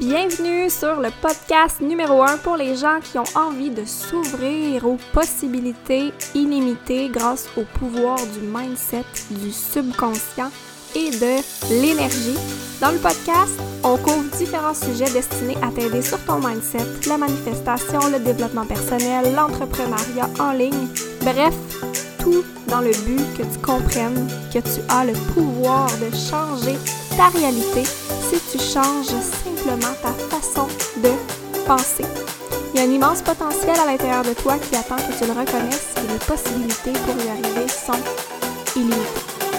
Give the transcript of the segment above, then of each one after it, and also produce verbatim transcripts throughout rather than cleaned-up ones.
Bienvenue sur le podcast numéro un pour les gens qui ont envie de s'ouvrir aux possibilités illimitées grâce au pouvoir du mindset, du subconscient et de l'énergie. Dans le podcast, on couvre différents sujets destinés à t'aider sur ton mindset, la manifestation, le développement personnel, l'entrepreneuriat en ligne, bref, tout dans le but que tu comprennes que tu as le pouvoir de changer ta réalité si tu changes simplement ta façon de penser. Il y a un immense potentiel à l'intérieur de toi qui attend que tu le reconnaisses et les possibilités pour y arriver sont illimitées.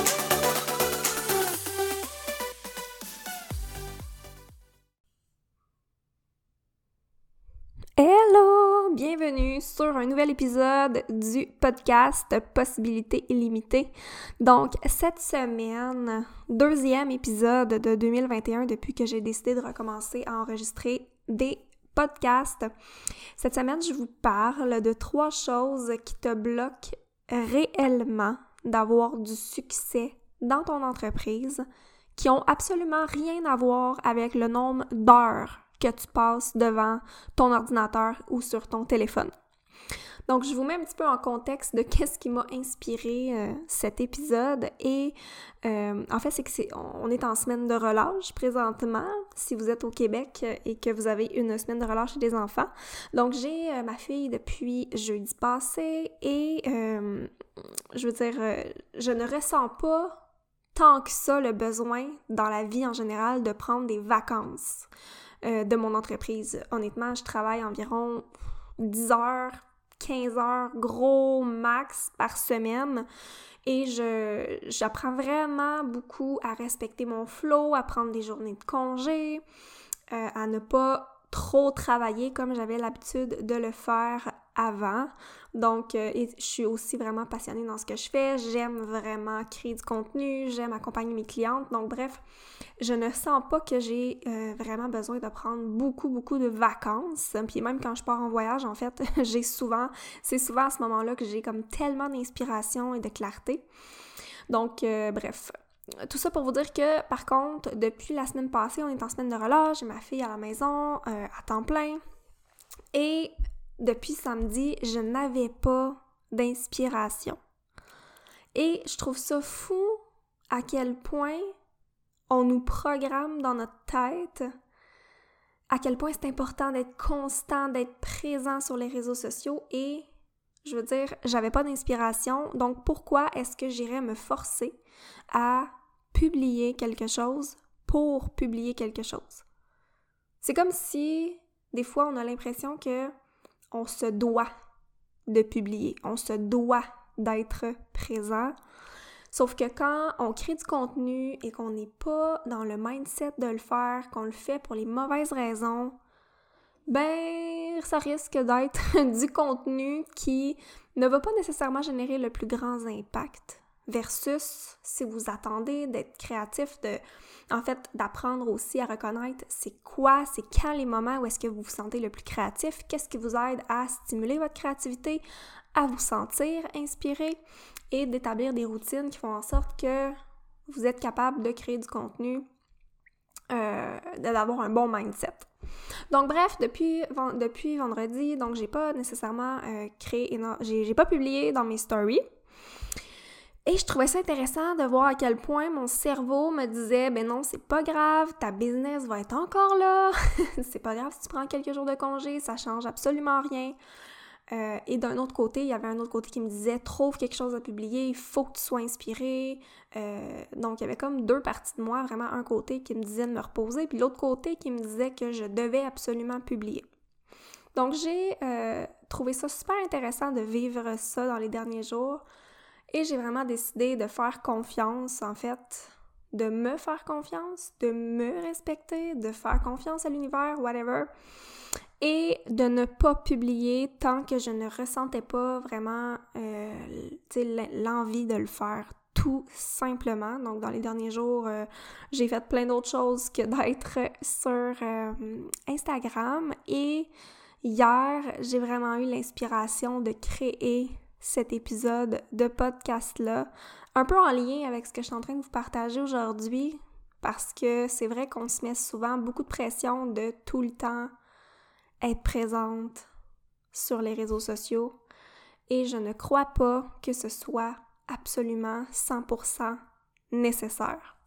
Hello! Bienvenue sur un nouvel épisode du podcast Possibilités illimitées. Donc, cette semaine, deuxième épisode de deux mille vingt et un depuis que j'ai décidé de recommencer à enregistrer des podcasts. Cette semaine, je vous parle de trois choses qui te bloquent réellement d'avoir du succès dans ton entreprise, qui ont absolument rien à voir avec le nombre d'heures que tu passes devant ton ordinateur ou sur ton téléphone. Donc, je vous mets un petit peu en contexte de qu'est-ce qui m'a inspiré euh, cet épisode et euh, en fait, c'est que c'est, on est en semaine de relâche présentement, si vous êtes au Québec et que vous avez une semaine de relâche chez des enfants. Donc, j'ai euh, ma fille depuis jeudi passé et euh, je veux dire, euh, je ne ressens pas tant que ça le besoin dans la vie en général de prendre des vacances euh, de mon entreprise. Honnêtement, je travaille environ dix heures, quinze heures, gros max par semaine et je j'apprends vraiment beaucoup à respecter mon flow, à prendre des journées de congé, euh, à ne pas trop travailler comme j'avais l'habitude de le faire avant. Donc, euh, et je suis aussi vraiment passionnée dans ce que je fais. J'aime vraiment créer du contenu, j'aime accompagner mes clientes. Donc, bref, je ne sens pas que j'ai euh, vraiment besoin de prendre beaucoup, beaucoup de vacances. Puis même quand je pars en voyage, en fait, j'ai souvent, c'est souvent à ce moment-là que j'ai comme tellement d'inspiration et de clarté. Donc, euh, bref. Tout ça pour vous dire que, par contre, depuis la semaine passée, on est en semaine de relâche, j'ai ma fille à la maison, euh, à temps plein. Et depuis samedi, je n'avais pas d'inspiration. Et je trouve ça fou à quel point on nous programme dans notre tête, à quel point c'est important d'être constant, d'être présent sur les réseaux sociaux et, je veux dire, j'avais pas d'inspiration, donc pourquoi est-ce que j'irais me forcer à publier quelque chose pour publier quelque chose? C'est comme si, des fois, on a l'impression que on se doit de publier, on se doit d'être présent. Sauf que quand on crée du contenu et qu'on n'est pas dans le mindset de le faire, qu'on le fait pour les mauvaises raisons, ben, ça risque d'être du contenu qui ne va pas nécessairement générer le plus grand impact. Versus si vous attendez d'être créatif, de, en fait, d'apprendre aussi à reconnaître c'est quoi, c'est quand les moments où est-ce que vous vous sentez le plus créatif, qu'est-ce qui vous aide à stimuler votre créativité, à vous sentir inspiré et d'établir des routines qui font en sorte que vous êtes capable de créer du contenu, euh, d'avoir un bon mindset. Donc bref, depuis, depuis vendredi, donc j'ai pas nécessairement euh, créé, non, j'ai, j'ai pas publié dans mes stories. Et je trouvais ça intéressant de voir à quel point mon cerveau me disait « Ben non, c'est pas grave, ta business va être encore là, c'est pas grave si tu prends quelques jours de congé, ça change absolument rien. Euh, » Et d'un autre côté, il y avait un autre côté qui me disait « Trouve quelque chose à publier, il faut que tu sois inspiré. Euh, » Donc, il y avait comme deux parties de moi, vraiment un côté qui me disait de me reposer, puis l'autre côté qui me disait que je devais absolument publier. Donc, j'ai euh, trouvé ça super intéressant de vivre ça dans les derniers jours. Et j'ai vraiment décidé de faire confiance, en fait, de me faire confiance, de me respecter, de faire confiance à l'univers, whatever, et de ne pas publier tant que je ne ressentais pas vraiment euh, l'envie de le faire, tout simplement. Donc, dans les derniers jours, euh, j'ai fait plein d'autres choses que d'être sur euh, Instagram. Et hier, j'ai vraiment eu l'inspiration de créer cet épisode de podcast-là, un peu en lien avec ce que je suis en train de vous partager aujourd'hui, parce que c'est vrai qu'on se met souvent beaucoup de pression de tout le temps être présente sur les réseaux sociaux et je ne crois pas que ce soit absolument cent pour cent nécessaire.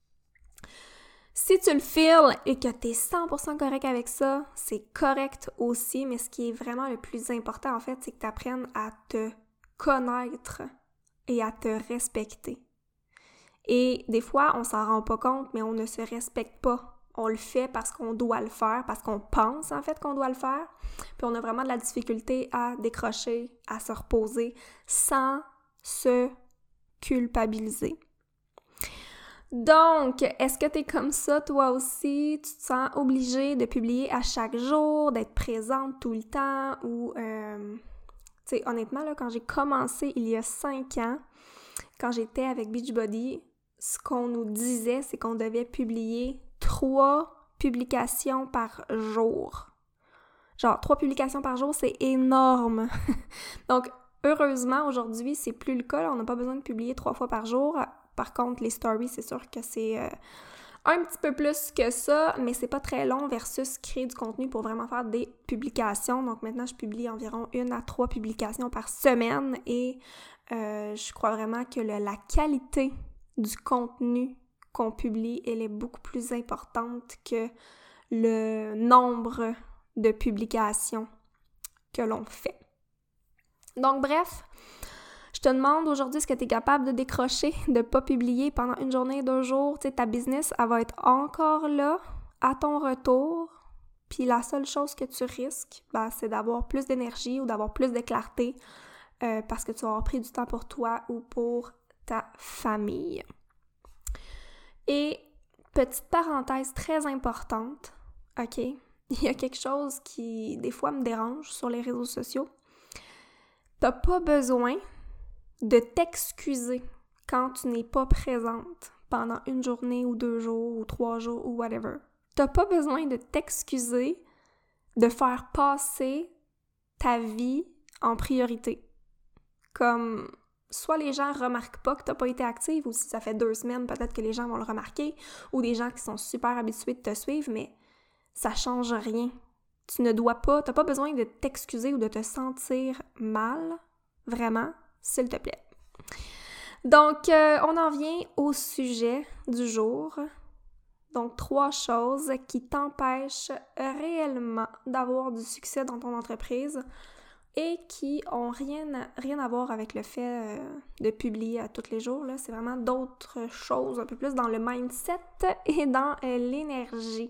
Si tu le feels et que tu es cent pour cent correct avec ça, c'est correct aussi, mais ce qui est vraiment le plus important en fait, c'est que tu apprennes à te connaître et à te respecter. Et des fois, on s'en rend pas compte, mais on ne se respecte pas. On le fait parce qu'on doit le faire, parce qu'on pense en fait qu'on doit le faire. Puis on a vraiment de la difficulté à décrocher, à se reposer sans se culpabiliser. Donc, est-ce que tu es comme ça toi aussi? Tu te sens obligé de publier à chaque jour, d'être présente tout le temps ou... Euh, tu sais, honnêtement, là, quand j'ai commencé il y a cinq ans, quand j'étais avec Beachbody, ce qu'on nous disait, c'est qu'on devait publier trois publications par jour. Genre, trois publications par jour, c'est énorme! Donc, heureusement, aujourd'hui, c'est plus le cas. Là, on n'a pas besoin de publier trois fois par jour. Par contre, les stories, c'est sûr que c'est euh, un petit peu plus que ça, mais c'est pas très long versus créer du contenu pour vraiment faire des publications. Donc, maintenant, je publie environ une à trois publications par semaine et euh, je crois vraiment que le, la qualité du contenu qu'on publie, elle est beaucoup plus importante que le nombre de publications que l'on fait. Donc bref, je te demande aujourd'hui est-ce que tu es capable de décrocher, de ne pas publier pendant une journée, deux jours. Tu sais, ta business, elle va être encore là à ton retour. Puis la seule chose que tu risques, ben, c'est d'avoir plus d'énergie ou d'avoir plus de clarté euh, parce que tu vas avoir pris du temps pour toi ou pour ta famille. Et petite parenthèse très importante, OK? Il y a quelque chose qui, des fois, me dérange sur les réseaux sociaux. T'as pas besoin de t'excuser quand tu n'es pas présente pendant une journée ou deux jours ou trois jours ou whatever. T'as pas besoin de t'excuser de faire passer ta vie en priorité. Comme... soit les gens remarquent pas que t'as pas été active, ou si ça fait deux semaines, peut-être que les gens vont le remarquer, ou des gens qui sont super habitués de te suivre, mais ça change rien. Tu ne dois pas, t'as pas besoin de t'excuser ou de te sentir mal, vraiment, s'il te plaît. Donc, euh, on en vient au sujet du jour. Donc, trois choses qui t'empêchent réellement d'avoir du succès dans ton entreprise et qui ont rien à, rien à voir avec le fait euh, de publier à tous les jours. Là. C'est vraiment d'autres choses, un peu plus dans le mindset et dans euh, l'énergie.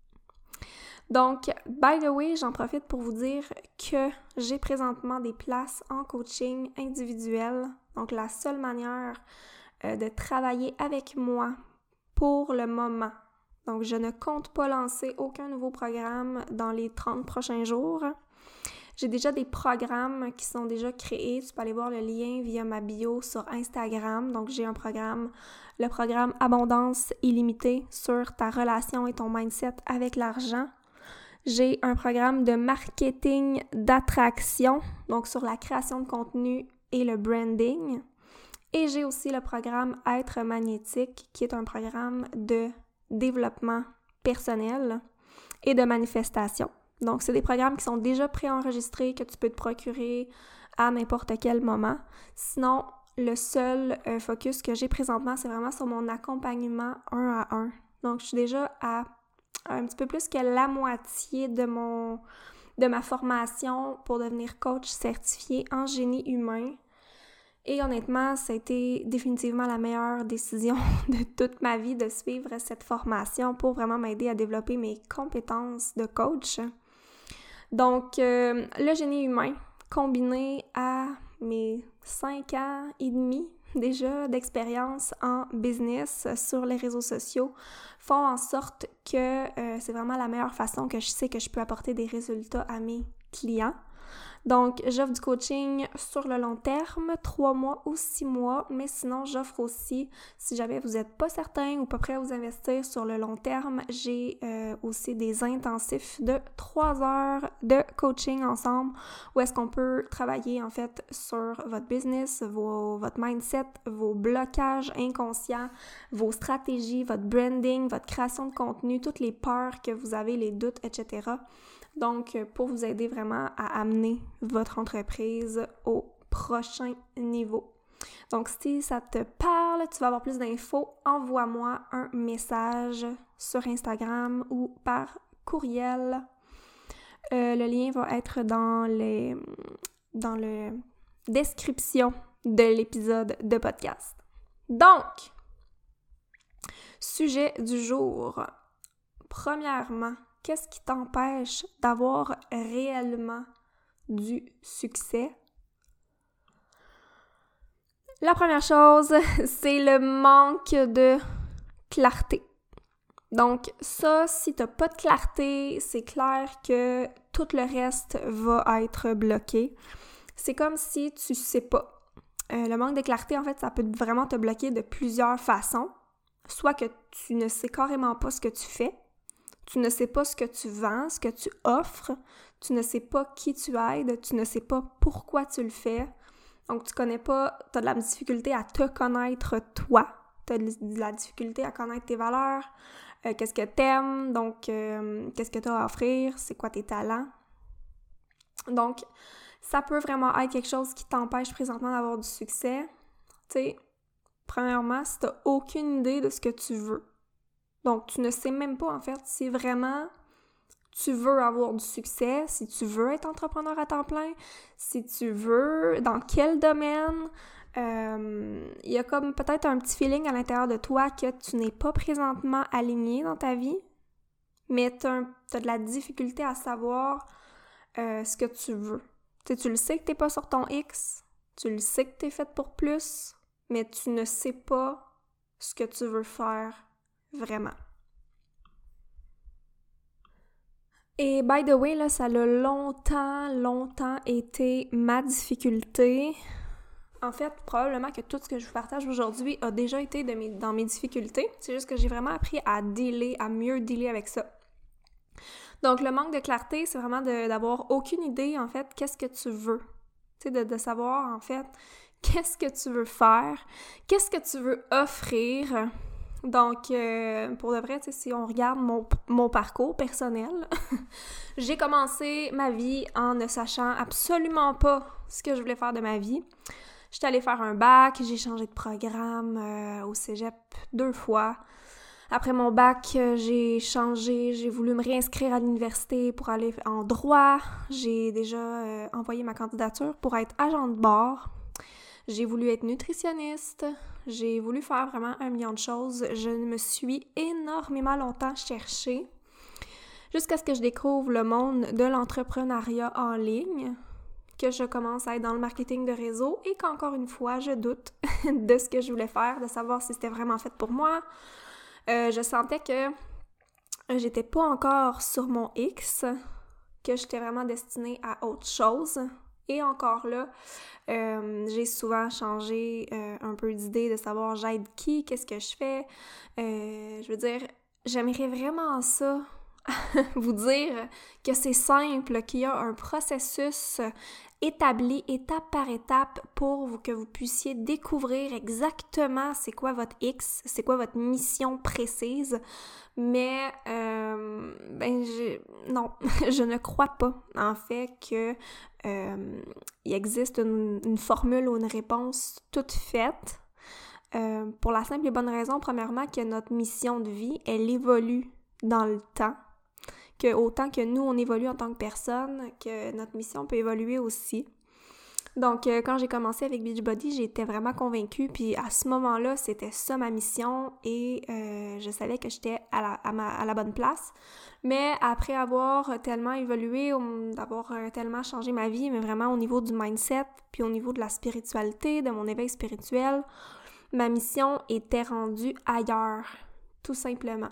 Donc, by the way, j'en profite pour vous dire que j'ai présentement des places en coaching individuel. Donc, la seule manière euh, de travailler avec moi pour le moment. Donc, je ne compte pas lancer aucun nouveau programme dans les trente prochains jours. J'ai déjà des programmes qui sont déjà créés. Tu peux aller voir le lien via ma bio sur Instagram. Donc, j'ai un programme, le programme Abondance illimitée sur ta relation et ton mindset avec l'argent. J'ai un programme de marketing d'attraction, donc sur la création de contenu et le branding. Et j'ai aussi le programme Être magnétique, qui est un programme de développement personnel et de manifestation. Donc, c'est des programmes qui sont déjà préenregistrés, que tu peux te procurer à n'importe quel moment. Sinon, le seul euh, focus que j'ai présentement, c'est vraiment sur mon accompagnement un à un. Donc, je suis déjà à un petit peu plus que la moitié de mon de ma formation pour devenir coach certifié en génie humain. Et honnêtement, ça a été définitivement la meilleure décision de toute ma vie de suivre cette formation pour vraiment m'aider à développer mes compétences de coach. Donc, euh, le génie humain, combiné à mes cinq ans et demi déjà d'expérience en business sur les réseaux sociaux, font en sorte que euh, c'est vraiment la meilleure façon que je sais que je peux apporter des résultats à mes clients. Donc, j'offre du coaching sur le long terme, trois mois ou six mois, mais sinon, j'offre aussi, si jamais vous n'êtes pas certain ou pas prêt à vous investir sur le long terme, j'ai euh, aussi des intensifs de trois heures de coaching ensemble où est-ce qu'on peut travailler en fait sur votre business, vos, votre mindset, vos blocages inconscients, vos stratégies, votre branding, votre création de contenu, toutes les peurs que vous avez, les doutes, et cetera. Donc, pour vous aider vraiment à amener votre entreprise au prochain niveau. Donc, si ça te parle, tu vas avoir plus d'infos, envoie-moi un message sur Instagram ou par courriel. Euh, le lien va être dans les, dans la description de l'épisode de podcast. Donc, sujet du jour. Premièrement, qu'est-ce qui t'empêche d'avoir réellement du succès? La première chose, c'est le manque de clarté. Donc ça, si t'as pas de clarté, c'est clair que tout le reste va être bloqué. C'est comme si tu sais pas. Euh, le manque de clarté, en fait, ça peut vraiment te bloquer de plusieurs façons. Soit que tu ne sais carrément pas ce que tu fais, tu ne sais pas ce que tu vends, ce que tu offres, tu ne sais pas qui tu aides, tu ne sais pas pourquoi tu le fais. Donc, tu connais pas, tu as de la difficulté à te connaître toi, tu as de la difficulté à connaître tes valeurs, euh, qu'est-ce que tu aimes, donc euh, qu'est-ce que tu as à offrir, c'est quoi tes talents. Donc, ça peut vraiment être quelque chose qui t'empêche présentement d'avoir du succès. Tu sais, premièrement, si tu n'as aucune idée de ce que tu veux, donc, tu ne sais même pas, en fait, si vraiment tu veux avoir du succès, si tu veux être entrepreneur à temps plein, si tu veux, dans quel domaine. Euh, il y a comme peut-être un petit feeling à l'intérieur de toi que tu n'es pas présentement aligné dans ta vie, mais tu as de la difficulté à savoir euh, ce que tu veux. Tu sais, tu le sais que tu n'es pas sur ton X, tu le sais que tu es faite pour plus, mais tu ne sais pas ce que tu veux faire vraiment. Et by the way, là, ça a longtemps, longtemps été ma difficulté. En fait, probablement que tout ce que je vous partage aujourd'hui a déjà été de mes, dans mes difficultés. C'est juste que j'ai vraiment appris à dealer, à mieux dealer avec ça. Donc, le manque de clarté, c'est vraiment de, d'avoir aucune idée, en fait, qu'est-ce que tu veux. Tu sais, de, de savoir, en fait, qu'est-ce que tu veux faire, qu'est-ce que tu veux offrir. Donc, euh, pour de vrai, si on regarde mon, mon parcours personnel, j'ai commencé ma vie en ne sachant absolument pas ce que je voulais faire de ma vie. J'étais allée faire un bac, j'ai changé de programme euh, au cégep deux fois. Après mon bac, euh, j'ai changé, j'ai voulu me réinscrire à l'université pour aller en droit. J'ai déjà euh, envoyé ma candidature pour être agent de bord. J'ai voulu être nutritionniste, j'ai voulu faire vraiment un million de choses. Je me suis énormément longtemps cherchée jusqu'à ce que je découvre le monde de l'entrepreneuriat en ligne, que je commence à être dans le marketing de réseau et qu'encore une fois, je doute de ce que je voulais faire, de savoir si c'était vraiment fait pour moi. Euh, je sentais que j'étais pas encore sur mon X, que j'étais vraiment destinée à autre chose. Et encore là, euh, j'ai souvent changé euh, un peu d'idée de savoir j'aide qui, qu'est-ce que je fais. Euh, je veux dire, j'aimerais vraiment ça, vous dire que c'est simple, qu'il y a un processus établi étape par étape pour que vous puissiez découvrir exactement c'est quoi votre X, c'est quoi votre mission précise. Mais, euh, ben, je, non, je ne crois pas, en fait, que euh, il existe une, une formule ou une réponse toute faite. Euh, pour la simple et bonne raison, premièrement, que notre mission de vie, elle évolue dans le temps. Que autant que nous, on évolue en tant que personne, que notre mission peut évoluer aussi. Donc, euh, quand j'ai commencé avec Beachbody, j'étais vraiment convaincue, puis à ce moment-là, c'était ça ma mission, et euh, je savais que j'étais à la, à, ma, à la bonne place. Mais après avoir tellement évolué, d'avoir tellement changé ma vie, mais vraiment au niveau du mindset, puis au niveau de la spiritualité, de mon éveil spirituel, ma mission était rendue ailleurs, tout simplement.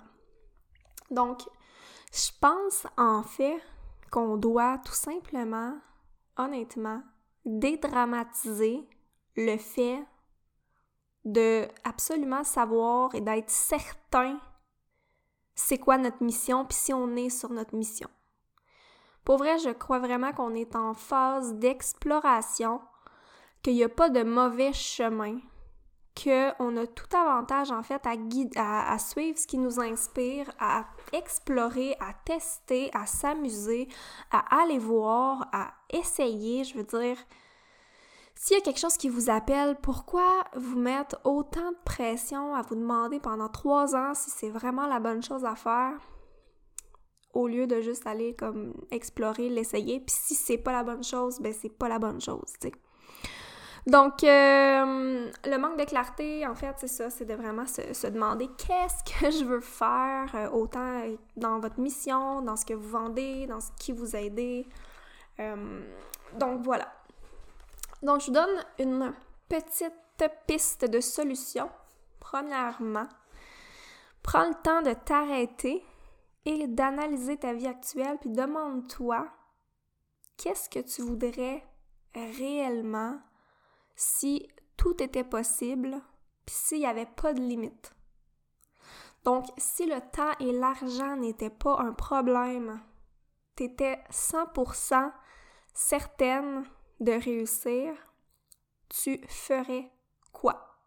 Donc, je pense en fait qu'on doit tout simplement honnêtement, dédramatiser le fait de absolument savoir et d'être certain c'est quoi notre mission, puis si on est sur notre mission. Pour vrai, je crois vraiment qu'on est en phase d'exploration, qu'il n'y a pas de mauvais chemin, qu'on a tout avantage en fait à, guide, à, à suivre ce qui nous inspire, à explorer, à tester, à s'amuser, à aller voir, à essayer, je veux dire. S'il y a quelque chose qui vous appelle, pourquoi vous mettre autant de pression à vous demander pendant trois ans si c'est vraiment la bonne chose à faire, au lieu de juste aller comme explorer, l'essayer, puis si c'est pas la bonne chose, ben c'est pas la bonne chose, tu sais. Donc, euh, le manque de clarté, en fait, c'est ça, c'est de vraiment se, se demander qu'est-ce que je veux faire, euh, autant dans votre mission, dans ce que vous vendez, dans ce qui vous aidez. Euh, donc, voilà. Donc, je vous donne une petite piste de solution. Premièrement, prends le temps de t'arrêter et d'analyser ta vie actuelle, puis demande-toi qu'est-ce que tu voudrais réellement si tout était possible, puis s'il n'y avait pas de limite. Donc, si le temps et l'argent n'étaient pas un problème, tu étais cent pour cent certaine de réussir, tu ferais quoi?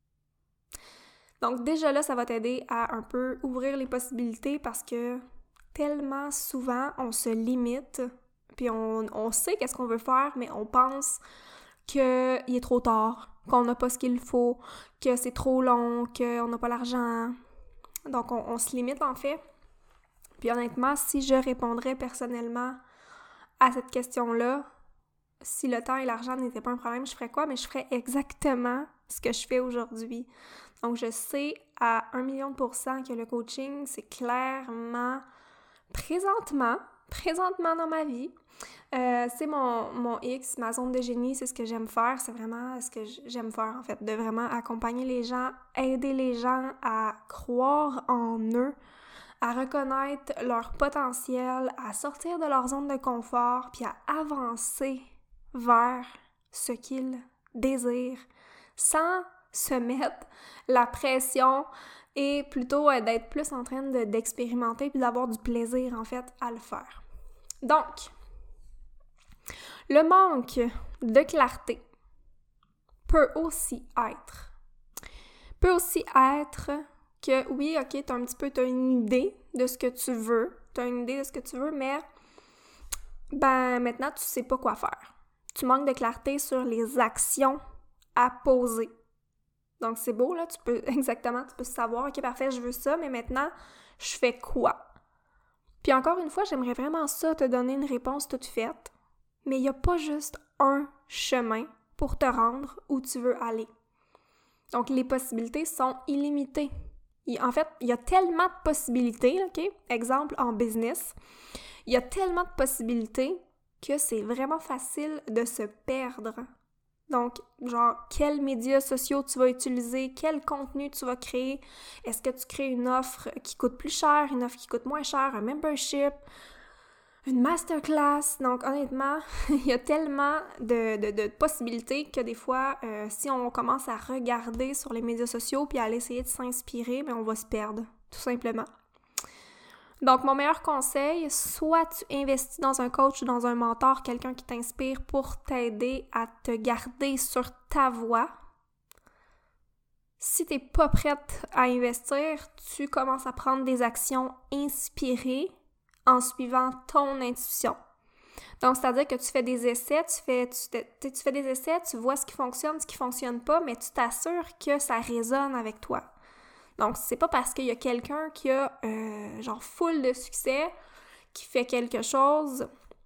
Donc, déjà là, ça va t'aider à un peu ouvrir les possibilités parce que tellement souvent, on se limite, puis on, on sait qu'est-ce qu'on veut faire, mais on pense qu'il est trop tard, qu'on n'a pas ce qu'il faut, que c'est trop long, qu'on n'a pas l'argent. Donc, on, on se limite en fait. Puis honnêtement, si je répondrais personnellement à cette question-là, si le temps et l'argent n'étaient pas un problème, je ferais quoi? Mais je ferais exactement ce que je fais aujourd'hui. Donc, je sais à un million de pourcents que le coaching, c'est clairement, présentement, présentement dans ma vie, Euh, c'est mon, mon X, ma zone de génie, c'est ce que j'aime faire, c'est vraiment ce que j'aime faire en fait, de vraiment accompagner les gens, aider les gens à croire en eux, à reconnaître leur potentiel, à sortir de leur zone de confort, puis à avancer vers ce qu'ils désirent, sans se mettre la pression et plutôt euh, d'être plus en train de, d'expérimenter puis d'avoir du plaisir en fait à le faire. Donc, le manque de clarté peut aussi être, peut aussi être que oui, ok, t'as un petit peu, t'as une idée de ce que tu veux, t'as une idée de ce que tu veux, mais ben maintenant tu sais pas quoi faire. Tu manques de clarté sur les actions à poser. Donc c'est beau là, tu peux exactement, tu peux savoir, ok parfait, je veux ça, mais maintenant je fais quoi? Puis encore une fois, j'aimerais vraiment ça te donner une réponse toute faite. Mais il n'y a pas juste un chemin pour te rendre où tu veux aller. Donc, les possibilités sont illimitées. En fait, il y a tellement de possibilités, OK? Exemple, en business, il y a tellement de possibilités que c'est vraiment facile de se perdre. Donc, genre, quels médias sociaux tu vas utiliser, quel contenu tu vas créer, est-ce que tu crées une offre qui coûte plus cher, une offre qui coûte moins cher, un membership, une masterclass. Donc, honnêtement, il y a tellement de, de, de possibilités que des fois, euh, si on commence à regarder sur les médias sociaux puis à aller essayer de s'inspirer, bien, on va se perdre, tout simplement. Donc, mon meilleur conseil, soit tu investis dans un coach ou dans un mentor, quelqu'un qui t'inspire pour t'aider à te garder sur ta voie. Si tu n'es pas prête à investir, tu commences à prendre des actions inspirées en suivant ton intuition. Donc, c'est-à-dire que tu fais des essais, tu fais, tu, te, tu fais des essais, tu vois ce qui fonctionne, ce qui fonctionne pas, mais tu t'assures que ça résonne avec toi. Donc, c'est pas parce qu'il y a quelqu'un qui a euh, genre full de succès, qui fait quelque chose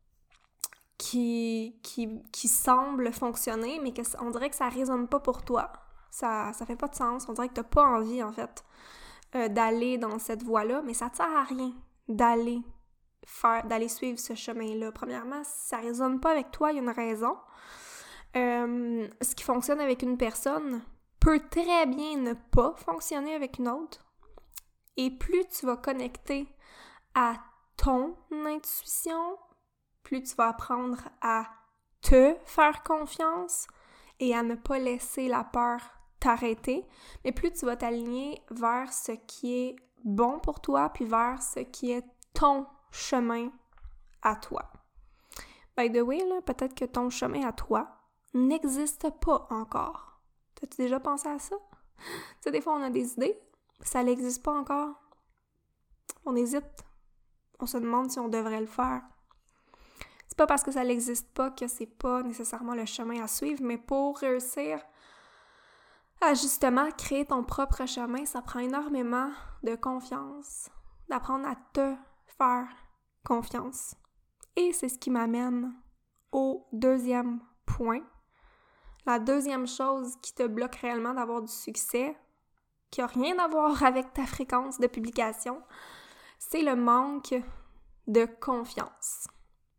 qui, qui, qui semble fonctionner, mais qu'on dirait que ça résonne pas pour toi. Ça, ça fait pas de sens. On dirait que t'as pas envie, en fait, euh, d'aller dans cette voie-là, mais ça te sert à rien d'aller faire, d'aller suivre ce chemin-là. Premièrement, si ça résonne pas avec toi, il y a une raison. Euh, ce qui fonctionne avec une personne peut très bien ne pas fonctionner avec une autre. Et plus tu vas connecter à ton intuition, plus tu vas apprendre à te faire confiance et à ne pas laisser la peur t'arrêter, mais plus tu vas t'aligner vers ce qui est bon pour toi, puis vers ce qui est ton chemin à toi. By the way, là, peut-être que ton chemin à toi n'existe pas encore. T'as-tu déjà pensé à ça? Tu sais, des fois, on a des idées, ça n'existe pas encore. On hésite. On se demande si on devrait le faire. C'est pas parce que ça n'existe pas que c'est pas nécessairement le chemin à suivre, mais pour réussir à justement créer ton propre chemin, ça prend énormément de confiance, d'apprendre à te faire confiance. Et c'est ce qui m'amène au deuxième point. La deuxième chose qui te bloque réellement d'avoir du succès, qui n'a rien à voir avec ta fréquence de publication, c'est le manque de confiance.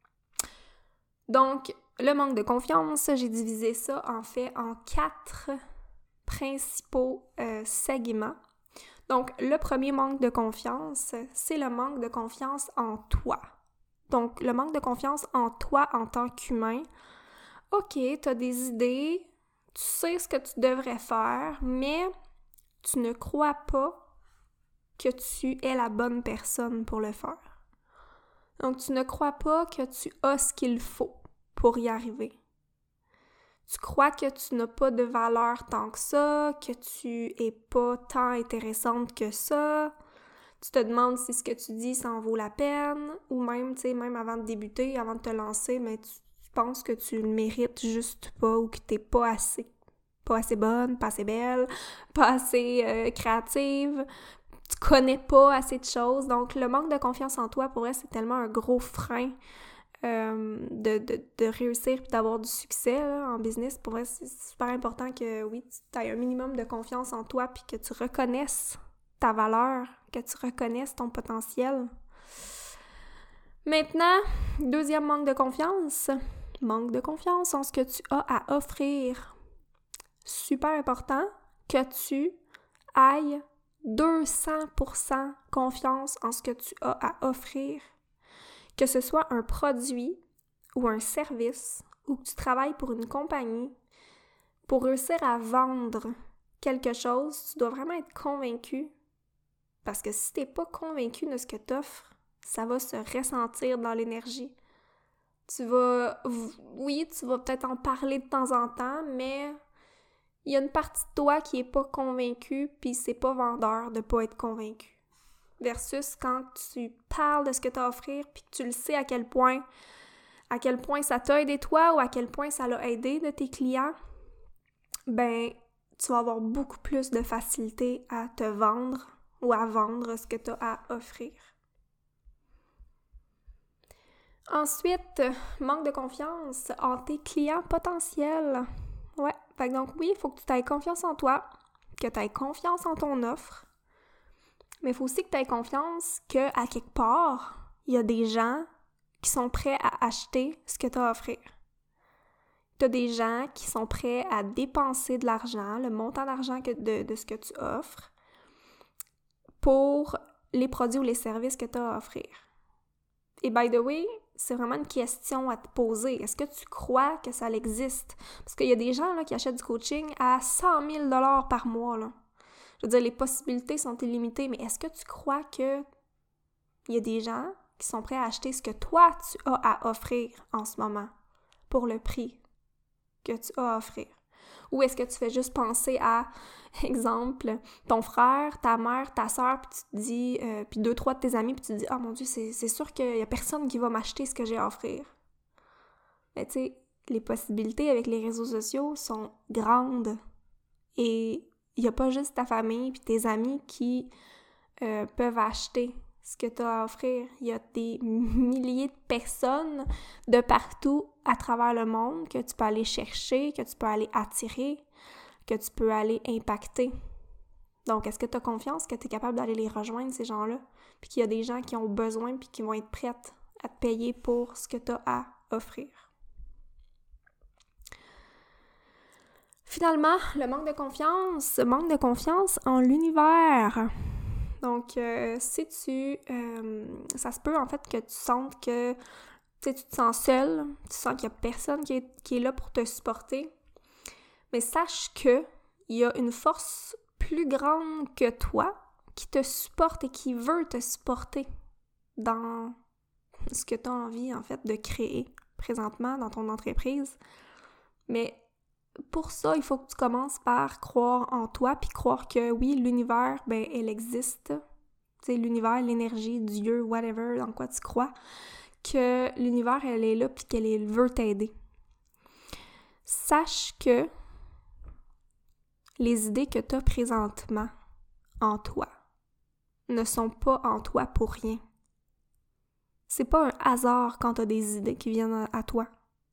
Donc, le manque de confiance, j'ai divisé ça en fait en quatre principaux euh, segments. Donc, le premier manque de confiance, c'est le manque de confiance en toi. Donc, le manque de confiance en toi en tant qu'humain. OK, tu as des idées, tu sais ce que tu devrais faire, mais tu ne crois pas que tu es la bonne personne pour le faire. Donc, tu ne crois pas que tu as ce qu'il faut pour y arriver. Tu crois que tu n'as pas de valeur tant que ça, que tu es pas tant intéressante que ça. Tu te demandes si ce que tu dis, ça en vaut la peine, ou même, tu sais, même avant de débuter, avant de te lancer, mais tu, tu penses que tu le mérites juste pas ou que t'es pas assez, pas assez bonne, pas assez belle, pas assez euh, créative, tu connais pas assez de choses. Donc, le manque de confiance en toi, pour elle, c'est tellement un gros frein euh, de, de, de réussir et d'avoir du succès là, en business. Pour elle, c'est super important que, oui, tu aies un minimum de confiance en toi puis que tu reconnaisses ta valeur, que tu reconnaisses ton potentiel. Maintenant, deuxième manque de confiance, manque de confiance en ce que tu as à offrir. Super important que tu ailles deux cents pour cent confiance en ce que tu as à offrir. Que ce soit un produit ou un service ou que tu travailles pour une compagnie, pour réussir à vendre quelque chose, tu dois vraiment être convaincu. Parce que si tu n'es pas convaincu de ce que tu offres, ça va se ressentir dans l'énergie. Tu vas, oui, tu vas peut-être en parler de temps en temps, mais il y a une partie de toi qui n'est pas convaincue, puis c'est pas vendeur de ne pas être convaincu. Versus quand tu parles de ce que tu as à offrir, puis que tu le sais à quel point, à quel point ça t'a aidé toi ou à quel point ça l'a aidé de tes clients, ben, tu vas avoir beaucoup plus de facilité à te vendre ou à vendre ce que tu as à offrir. Ensuite, manque de confiance en tes clients potentiels. Ouais, fait que donc oui, il faut que tu aies confiance en toi, que tu aies confiance en ton offre, mais il faut aussi que tu aies confiance qu'à quelque part, il y a des gens qui sont prêts à acheter ce que tu as à offrir. Tu as des gens qui sont prêts à dépenser de l'argent, le montant d'argent que de, de ce que tu offres, pour les produits ou les services que tu as à offrir. Et by the way, c'est vraiment une question à te poser. Est-ce que tu crois que ça existe? Parce qu'il y a des gens là, qui achètent du coaching à cent mille dollars par mois. Là. Je veux dire, les possibilités sont illimitées, mais est-ce que tu crois qu'il y a des gens qui sont prêts à acheter ce que toi, tu as à offrir en ce moment pour le prix que tu as à offrir? Ou est-ce que tu fais juste penser à, exemple, ton frère, ta mère, ta soeur, puis tu te dis, euh, puis deux, trois de tes amis, puis tu te dis « Ah mon Dieu, c'est, c'est sûr qu'il y a personne qui va m'acheter ce que j'ai à offrir. » Mais tu sais, les possibilités avec les réseaux sociaux sont grandes. Et il n'y a pas juste ta famille puis tes amis qui euh, peuvent acheter ce que tu as à offrir. Il y a des milliers de personnes de partout à travers le monde que tu peux aller chercher, que tu peux aller attirer, que tu peux aller impacter. Donc, est-ce que tu as confiance que tu es capable d'aller les rejoindre, ces gens-là? Puis qu'il y a des gens qui ont besoin puis qui vont être prêts à te payer pour ce que tu as à offrir. Finalement, le manque de confiance, manque de confiance en l'univers. Donc, euh, si tu... Euh, ça se peut, en fait, que tu sentes que Tu sais, tu te sens seul, tu sens qu'il n'y a personne qui est, qui est là pour te supporter. Mais sache que il y a une force plus grande que toi qui te supporte et qui veut te supporter dans ce que tu as envie, en fait, de créer présentement dans ton entreprise. Mais pour ça, il faut que tu commences par croire en toi, puis croire que oui, l'univers, ben, elle existe. Tu sais, l'univers, l'énergie, Dieu, whatever, dans quoi tu crois, que l'univers, elle est là, puis qu'elle veut t'aider. Sache que les idées que tu as présentement en toi ne sont pas en toi pour rien. C'est pas un hasard quand tu as des idées qui viennent à toi.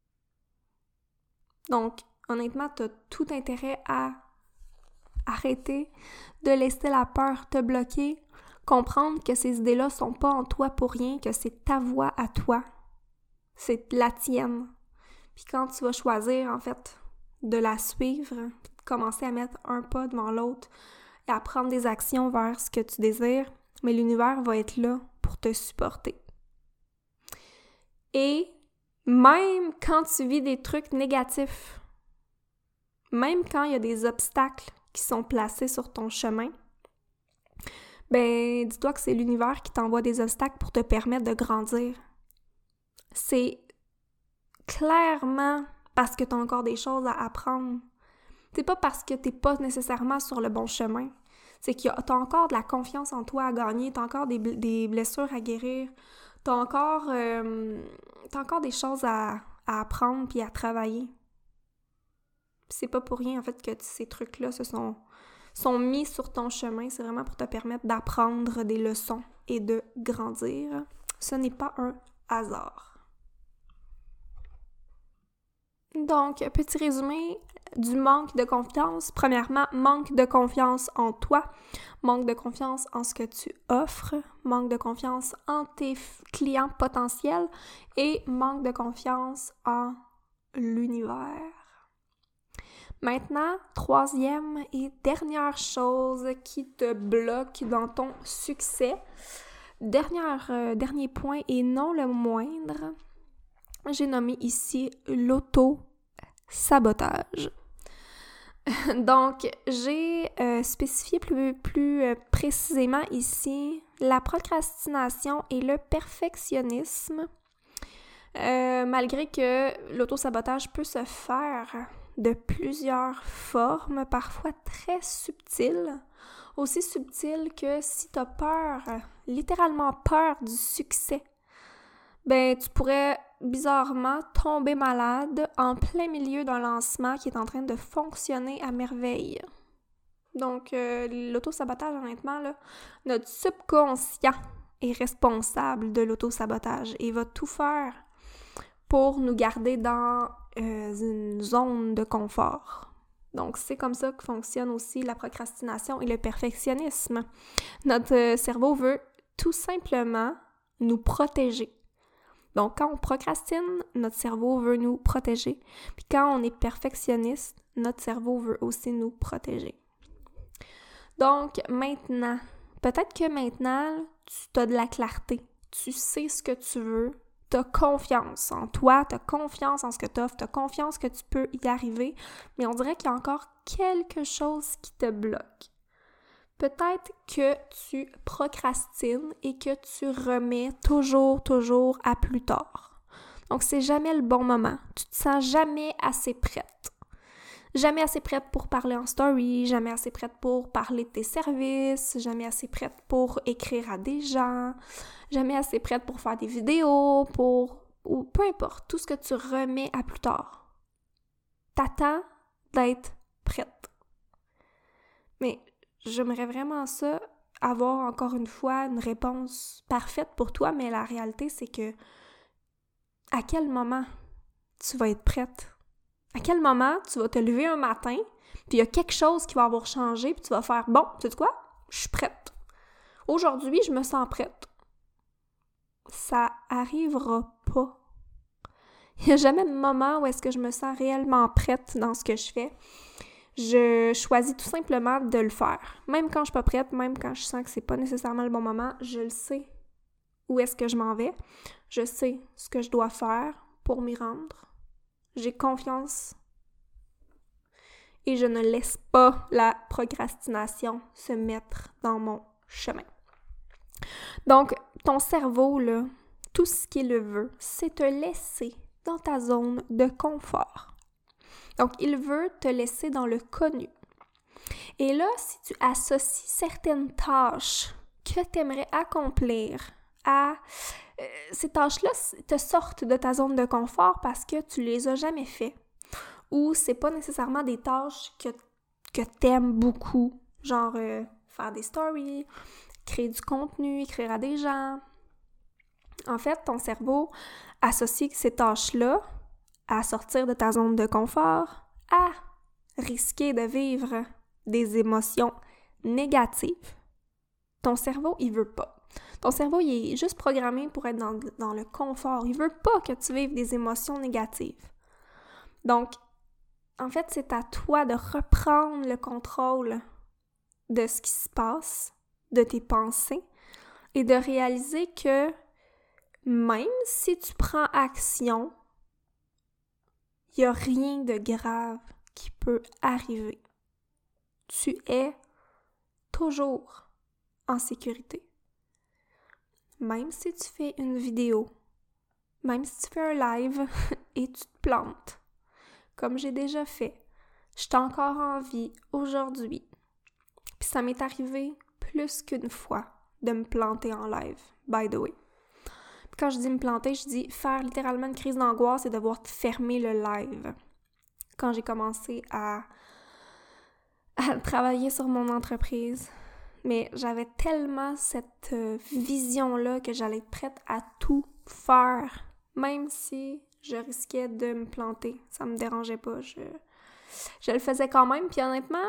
Donc, honnêtement, tu as tout intérêt à arrêter de laisser la peur te bloquer, comprendre que ces idées-là sont pas en toi pour rien, que c'est ta voix à toi, c'est la tienne. Puis quand tu vas choisir, en fait, de la suivre, commencer à mettre un pas devant l'autre et à prendre des actions vers ce que tu désires, mais l'univers va être là pour te supporter. Et même quand tu vis des trucs négatifs, même quand il y a des obstacles qui sont placés sur ton chemin, ben dis-toi que c'est l'univers qui t'envoie des obstacles pour te permettre de grandir. C'est clairement parce que tu as encore des choses à apprendre. C'est pas parce que t'es pas nécessairement sur le bon chemin. C'est que t'as encore de la confiance en toi à gagner, t'as encore des, des blessures à guérir, t'as encore, euh, t'as encore des choses à, à apprendre puis à travailler. Puis c'est pas pour rien, en fait, que ces trucs-là se sont, sont mis sur ton chemin. C'est vraiment pour te permettre d'apprendre des leçons et de grandir. Ce n'est pas un hasard. Donc, petit résumé du manque de confiance. Premièrement, manque de confiance en toi, manque de confiance en ce que tu offres, manque de confiance en tes clients potentiels et manque de confiance en l'univers. Maintenant, troisième et dernière chose qui te bloque dans ton succès. Dernière, euh, dernier point et non le moindre, j'ai nommé ici l'auto-sabotage. Donc, j'ai euh, spécifié plus, plus euh, précisément ici la procrastination et le perfectionnisme. Euh, malgré que l'auto-sabotage peut se faire de plusieurs formes, parfois très subtiles, aussi subtiles que si tu as peur, littéralement peur du succès, ben tu pourrais bizarrement tomber malade en plein milieu d'un lancement qui est en train de fonctionner à merveille. Donc, euh, l'auto-sabotage, honnêtement, là, notre subconscient est responsable de l'auto-sabotage et va tout faire pour nous garder dans euh, une zone de confort. Donc, c'est comme ça que fonctionne aussi la procrastination et le perfectionnisme. Notre cerveau veut tout simplement nous protéger. Donc, quand on procrastine, notre cerveau veut nous protéger. Puis quand on est perfectionniste, notre cerveau veut aussi nous protéger. Donc, maintenant, peut-être que maintenant, tu as de la clarté. Tu sais ce que tu veux. Tu as confiance en toi, tu as confiance en ce que tu offres, tu as confiance que tu peux y arriver. Mais on dirait qu'il y a encore quelque chose qui te bloque. Peut-être que tu procrastines et que tu remets toujours, toujours à plus tard. Donc, c'est jamais le bon moment. Tu te sens jamais assez prête. Jamais assez prête pour parler en story, jamais assez prête pour parler de tes services, jamais assez prête pour écrire à des gens, jamais assez prête pour faire des vidéos, pour... ou peu importe, tout ce que tu remets à plus tard. T'attends d'être prête. Mais j'aimerais vraiment ça, avoir encore une fois une réponse parfaite pour toi, mais la réalité, c'est que à quel moment tu vas être prête? À quel moment tu vas te lever un matin, puis il y a quelque chose qui va avoir changé, puis tu vas faire « Bon, tu sais quoi? Je suis prête. Aujourd'hui, je me sens prête. » Ça arrivera pas. Il n'y a jamais de moment où est-ce que je me sens réellement prête dans ce que je fais. Je choisis tout simplement de le faire. Même quand je suis pas prête, même quand je sens que c'est pas nécessairement le bon moment, je le sais. où est-ce que je m'en vais. Je sais ce que je dois faire pour m'y rendre. J'ai confiance et je ne laisse pas la procrastination se mettre dans mon chemin. Donc, ton cerveau, là, tout ce qu'il veut, c'est te laisser dans ta zone de confort. Donc, il veut te laisser dans le connu. Et là, si tu associes certaines tâches que tu aimerais accomplir à... Euh, ces tâches-là te sortent de ta zone de confort parce que tu les as jamais fait. Ou c'est pas nécessairement des tâches que, que t'aimes beaucoup, genre euh, faire des stories, créer du contenu, écrire à des gens. En fait, ton cerveau associe ces tâches-là à sortir de ta zone de confort, à risquer de vivre des émotions négatives. Ton cerveau, il veut pas. Ton cerveau, il est juste programmé pour être dans, dans le confort. Il veut pas que tu vives des émotions négatives. Donc, en fait, c'est à toi de reprendre le contrôle de ce qui se passe, de tes pensées, et de réaliser que même si tu prends action, il n'y a rien de grave qui peut arriver. Tu es toujours en sécurité. Même si tu fais une vidéo, même si tu fais un live et tu te plantes, comme j'ai déjà fait, je suis encore en vie aujourd'hui. Puis ça m'est arrivé plus qu'une fois de me planter en live, by the way. Puis quand je dis me planter, je dis faire littéralement une crise d'angoisse et devoir fermer le live. Quand j'ai commencé à, à travailler sur mon entreprise, mais j'avais tellement cette euh, vision-là que j'allais être prête à tout faire, même si je risquais de me planter. Ça me dérangeait pas. Je, je le faisais quand même. Puis honnêtement,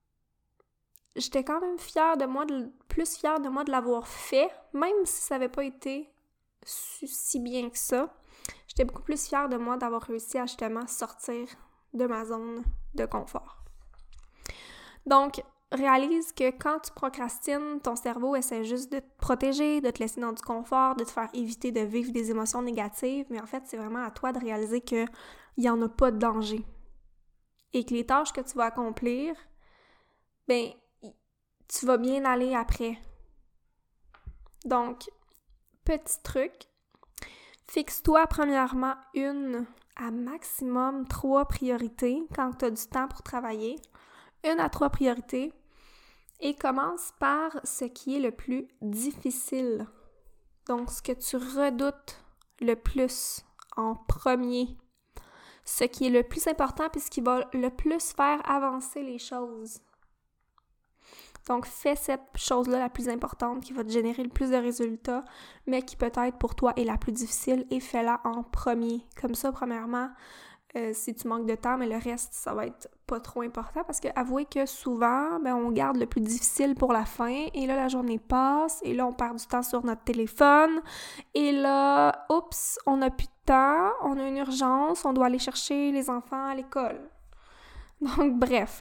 j'étais quand même fière de moi, de, plus fière de moi de l'avoir fait, même si ça n'avait pas été si bien que ça. J'étais beaucoup plus fière de moi d'avoir réussi à justement sortir de ma zone de confort. Donc, réalise que quand tu procrastines, ton cerveau essaie juste de te protéger, de te laisser dans du confort, de te faire éviter de vivre des émotions négatives, mais en fait, c'est vraiment à toi de réaliser qu'il n'y en a pas de danger. Et que les tâches que tu vas accomplir, ben, tu vas bien aller après. Donc, petit truc, fixe-toi premièrement une à maximum trois priorités quand tu as du temps pour travailler. Une à trois priorités. Et commence par ce qui est le plus difficile. Donc, ce que tu redoutes le plus en premier. Ce qui est le plus important puis ce qui va le plus faire avancer les choses. Donc, fais cette chose-là la plus importante qui va te générer le plus de résultats, mais qui peut-être pour toi est la plus difficile et fais-la en premier. Comme ça, premièrement, Euh, si tu manques de temps, mais le reste, ça va être pas trop important parce que avouez que souvent, ben, on garde le plus difficile pour la fin et là, la journée passe et là, on perd du temps sur notre téléphone et là, oups, on n'a plus de temps, on a une urgence, on doit aller chercher les enfants à l'école. Donc, bref.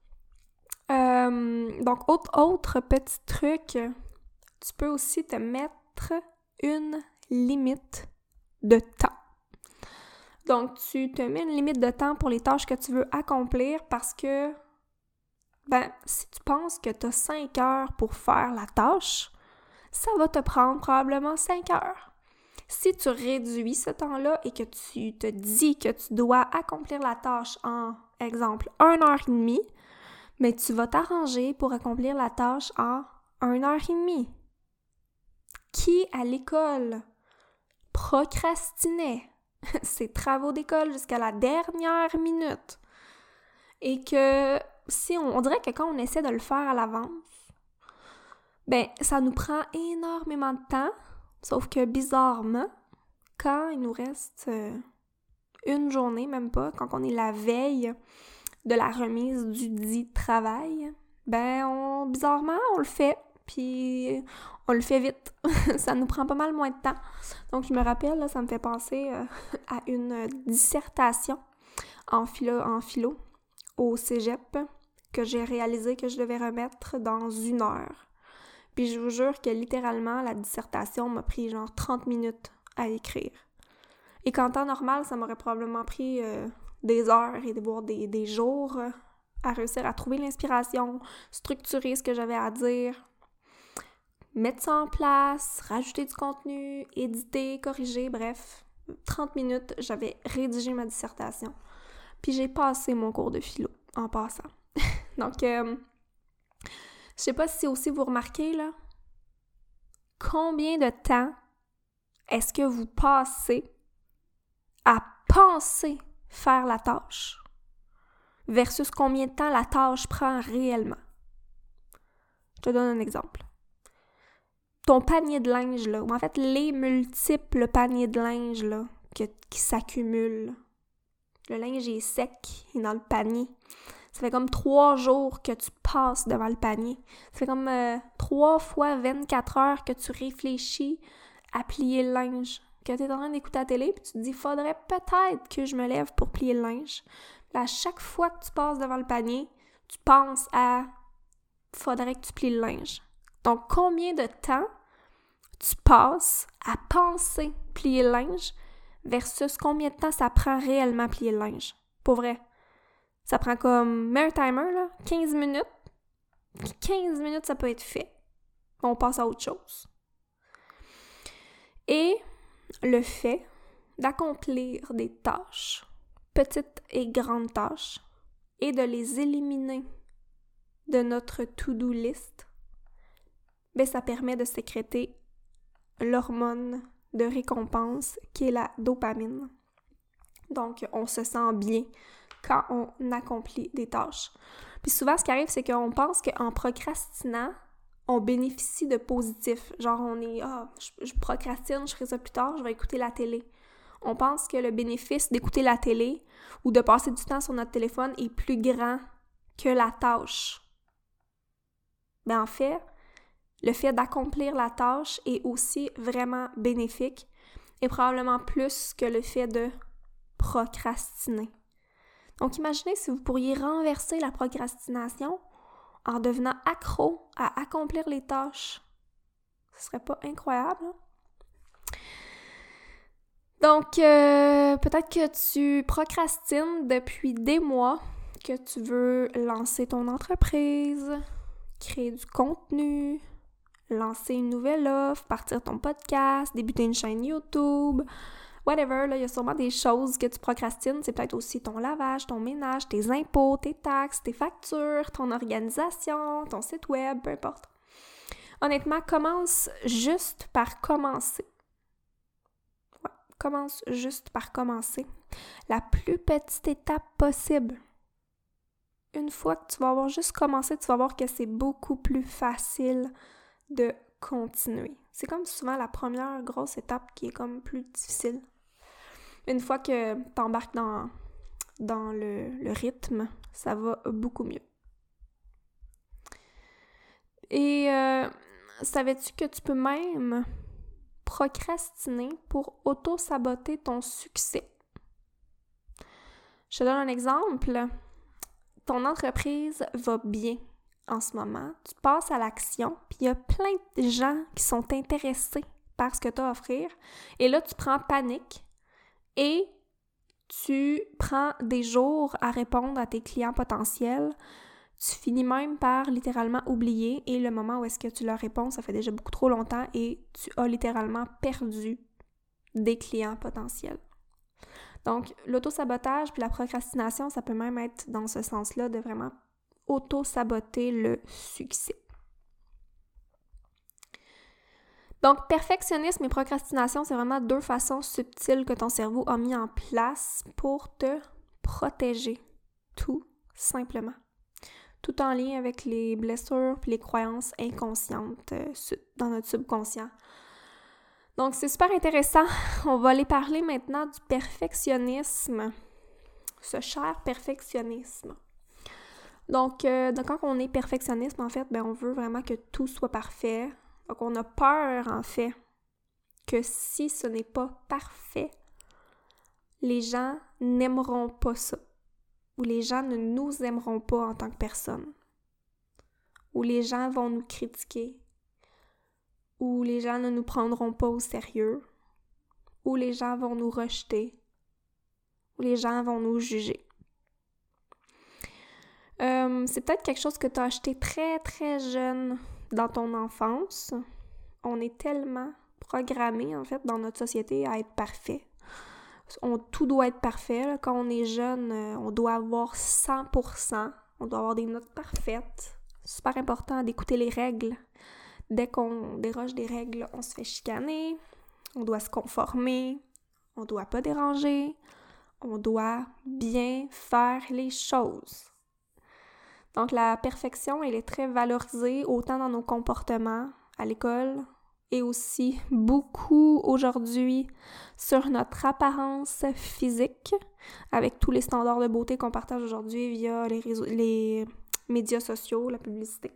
Euh, donc, autre, autre petit truc, tu peux aussi te mettre une limite de temps. Donc, tu te mets une limite de temps pour les tâches que tu veux accomplir parce que, ben, si tu penses que tu as cinq heures pour faire la tâche, ça va te prendre probablement cinq heures. Si tu réduis ce temps-là et que tu te dis que tu dois accomplir la tâche en, exemple, une heure et demie, mais tu vas t'arranger pour accomplir la tâche en une heure et demie. Qui, à l'école, procrastinait ses travaux d'école jusqu'à la dernière minute. Et que si on, on dirait que quand on essaie de le faire à l'avance, ben ça nous prend énormément de temps, sauf que bizarrement, quand il nous reste euh, une journée, même pas, quand on est la veille de la remise du dit travail, ben on, bizarrement, on le fait. Puis on le fait vite. Ça nous prend pas mal moins de temps. Donc, je me rappelle, là, ça me fait penser euh, à une dissertation en philo, en philo au cégep que j'ai réalisé que je devais remettre dans une heure. Puis je vous jure que littéralement, la dissertation m'a pris genre trente minutes à écrire. Et qu'en temps normal, ça m'aurait probablement pris euh, des heures et voire des, des jours euh, à réussir à trouver l'inspiration, structurer ce que j'avais à dire, mettre ça en place, rajouter du contenu, éditer, corriger, bref. trente minutes, j'avais rédigé ma dissertation. Puis j'ai passé mon cours de philo en passant. Donc, euh, je sais pas si aussi vous remarquez, là, combien de temps est-ce que vous passez à penser faire la tâche versus combien de temps la tâche prend réellement. Je te donne un exemple. Ton panier de linge, là, ou en fait, les multiples paniers de linge, là, que, qui s'accumulent. Le linge est sec, il est dans le panier. Ça fait comme trois jours que tu passes devant le panier. Ça fait comme euh, trois fois vingt-quatre heures que tu réfléchis à plier le linge. Que tu es en train d'écouter la télé, puis tu te dis, faudrait peut-être que je me lève pour plier le linge. Puis à chaque fois que tu passes devant le panier, tu penses à, faudrait que tu plies le linge. Donc, combien de temps tu passes à penser plier le linge versus combien de temps ça prend réellement plier le linge? Pour vrai. Ça prend comme, mets un timer, là, quinze minutes. quinze minutes, ça peut être fait. On passe à autre chose. Et le fait d'accomplir des tâches, petites et grandes tâches, et de les éliminer de notre to-do list, bien, ça permet de sécréter l'hormone de récompense qui est la dopamine. Donc, on se sent bien quand on accomplit des tâches. Puis souvent, ce qui arrive, c'est qu'on pense qu'en procrastinant, on bénéficie de positif. Genre, on est « Ah, je, je procrastine, je ferai ça plus tard, je vais écouter la télé. » On pense que le bénéfice d'écouter la télé ou de passer du temps sur notre téléphone est plus grand que la tâche. Mais en fait, le fait d'accomplir la tâche est aussi vraiment bénéfique et probablement plus que le fait de procrastiner. Donc, imaginez si vous pourriez renverser la procrastination en devenant accro à accomplir les tâches. Ce serait pas incroyable, hein? Donc, euh, peut-être que tu procrastines depuis des mois, que tu veux lancer ton entreprise, créer du contenu, lancer une nouvelle offre, partir ton podcast, débuter une chaîne YouTube, whatever, là, il y a sûrement des choses que tu procrastines. C'est peut-être aussi ton lavage, ton ménage, tes impôts, tes taxes, tes factures, ton organisation, ton site web, peu importe. Honnêtement, commence juste par commencer. Ouais, commence juste par commencer. La plus petite étape possible. Une fois que tu vas avoir juste commencé, tu vas voir que c'est beaucoup plus facile de continuer. C'est comme souvent la première grosse étape qui est comme plus difficile. Une fois que tu embarques dans, dans le, le rythme, ça va beaucoup mieux. Et euh, savais-tu que tu peux même procrastiner pour auto-saboter ton succès? Je te donne un exemple. Ton entreprise va bien en ce moment. Tu passes à l'action, puis il y a plein de gens qui sont intéressés par ce que tu as à offrir. Et là, tu prends panique et tu prends des jours à répondre à tes clients potentiels. Tu finis même par littéralement oublier et le moment où est-ce que tu leur réponds, ça fait déjà beaucoup trop longtemps et tu as littéralement perdu des clients potentiels. Donc, l'auto-sabotage puis la procrastination, ça peut même être dans ce sens-là de vraiment auto-saboter le succès. Donc, perfectionnisme et procrastination, c'est vraiment deux façons subtiles que ton cerveau a mis en place pour te protéger, tout simplement. Tout en lien avec les blessures et les croyances inconscientes euh, dans notre subconscient. Donc, c'est super intéressant. On va aller parler maintenant du perfectionnisme, ce cher perfectionnisme. Donc, euh, donc, quand on est perfectionniste, en fait, ben, on veut vraiment que tout soit parfait. Donc, on a peur, en fait, que si ce n'est pas parfait, les gens n'aimeront pas ça. Ou les gens ne nous aimeront pas en tant que personne. Ou les gens vont nous critiquer. où les gens ne nous prendront pas au sérieux, où les gens vont nous rejeter, où les gens vont nous juger. Euh, c'est peut-être quelque chose que tu as acheté très, très jeune dans ton enfance. On est tellement programmé, en fait, dans notre société à être parfait. On, tout doit être parfait. Là. Quand on est jeune, on doit avoir cent pour cent. On doit avoir des notes parfaites. Super important d'écouter les règles. Dès qu'on déroge des règles, on se fait chicaner. On doit se conformer. On doit pas déranger. On doit bien faire les choses. Donc, la perfection, elle est très valorisée autant dans nos comportements à l'école et aussi beaucoup aujourd'hui sur notre apparence physique avec tous les standards de beauté qu'on partage aujourd'hui via les réseaux, les médias sociaux, la publicité.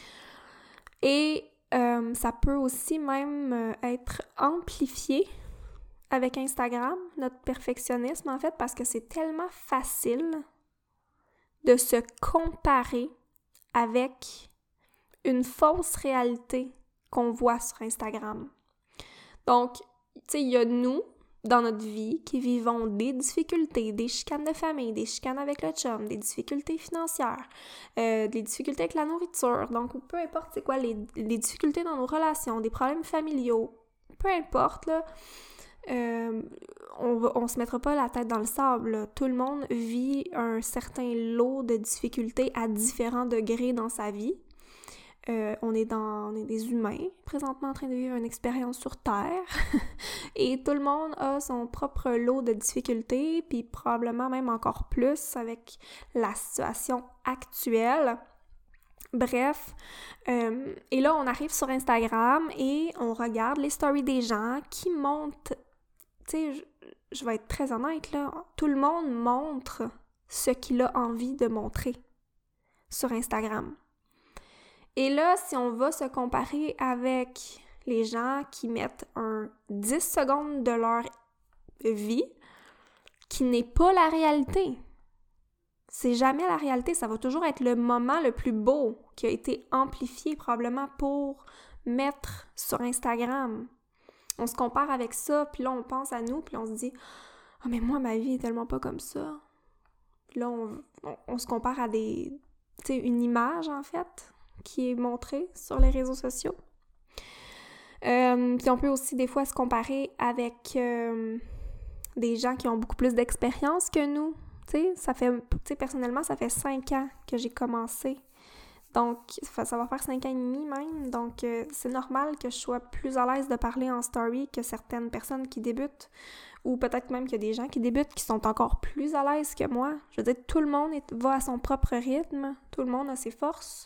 Et euh, ça peut aussi même être amplifié avec Instagram, notre perfectionnisme en fait, parce que c'est tellement facile de se comparer avec une fausse réalité qu'on voit sur Instagram. Donc, tu sais, il y a nous, dans notre vie, qui vivons des difficultés, des chicanes de famille, des chicanes avec le chum, des difficultés financières, euh, des difficultés avec la nourriture. Donc, peu importe c'est quoi, les, les difficultés dans nos relations, des problèmes familiaux, peu importe, là, Euh, on va, on se mettra pas la tête dans le sable. Là. Tout le monde vit un certain lot de difficultés à différents degrés dans sa vie. Euh, on est dans, on est des humains présentement en train de vivre une expérience sur Terre et tout le monde a son propre lot de difficultés, puis probablement même encore plus avec la situation actuelle. Bref, euh, et là on arrive sur Instagram et on regarde les stories des gens qui montent. Tu sais, je, je vais être très honnête, là, tout le monde montre ce qu'il a envie de montrer sur Instagram. Et là, si on va se comparer avec les gens qui mettent un dix secondes de leur vie, qui n'est pas la réalité. C'est jamais la réalité, ça va toujours être le moment le plus beau qui a été amplifié probablement pour mettre sur Instagram. On se compare avec ça, puis là, on pense à nous, puis on se dit « Ah, oh, mais moi, ma vie est tellement pas comme ça. » Puis là, on, on, on se compare à des... Tu sais, une image, en fait, qui est montrée sur les réseaux sociaux. Euh, puis on peut aussi, des fois, se comparer avec euh, des gens qui ont beaucoup plus d'expérience que nous. Tu sais, ça fait... Tu sais, personnellement, ça fait cinq ans que j'ai commencé. Donc, ça va faire cinq ans et demi même, donc euh, c'est normal que je sois plus à l'aise de parler en story que certaines personnes qui débutent, ou peut-être même qu'il y a des gens qui débutent qui sont encore plus à l'aise que moi. Je veux dire, tout le monde est, va à son propre rythme, tout le monde a ses forces,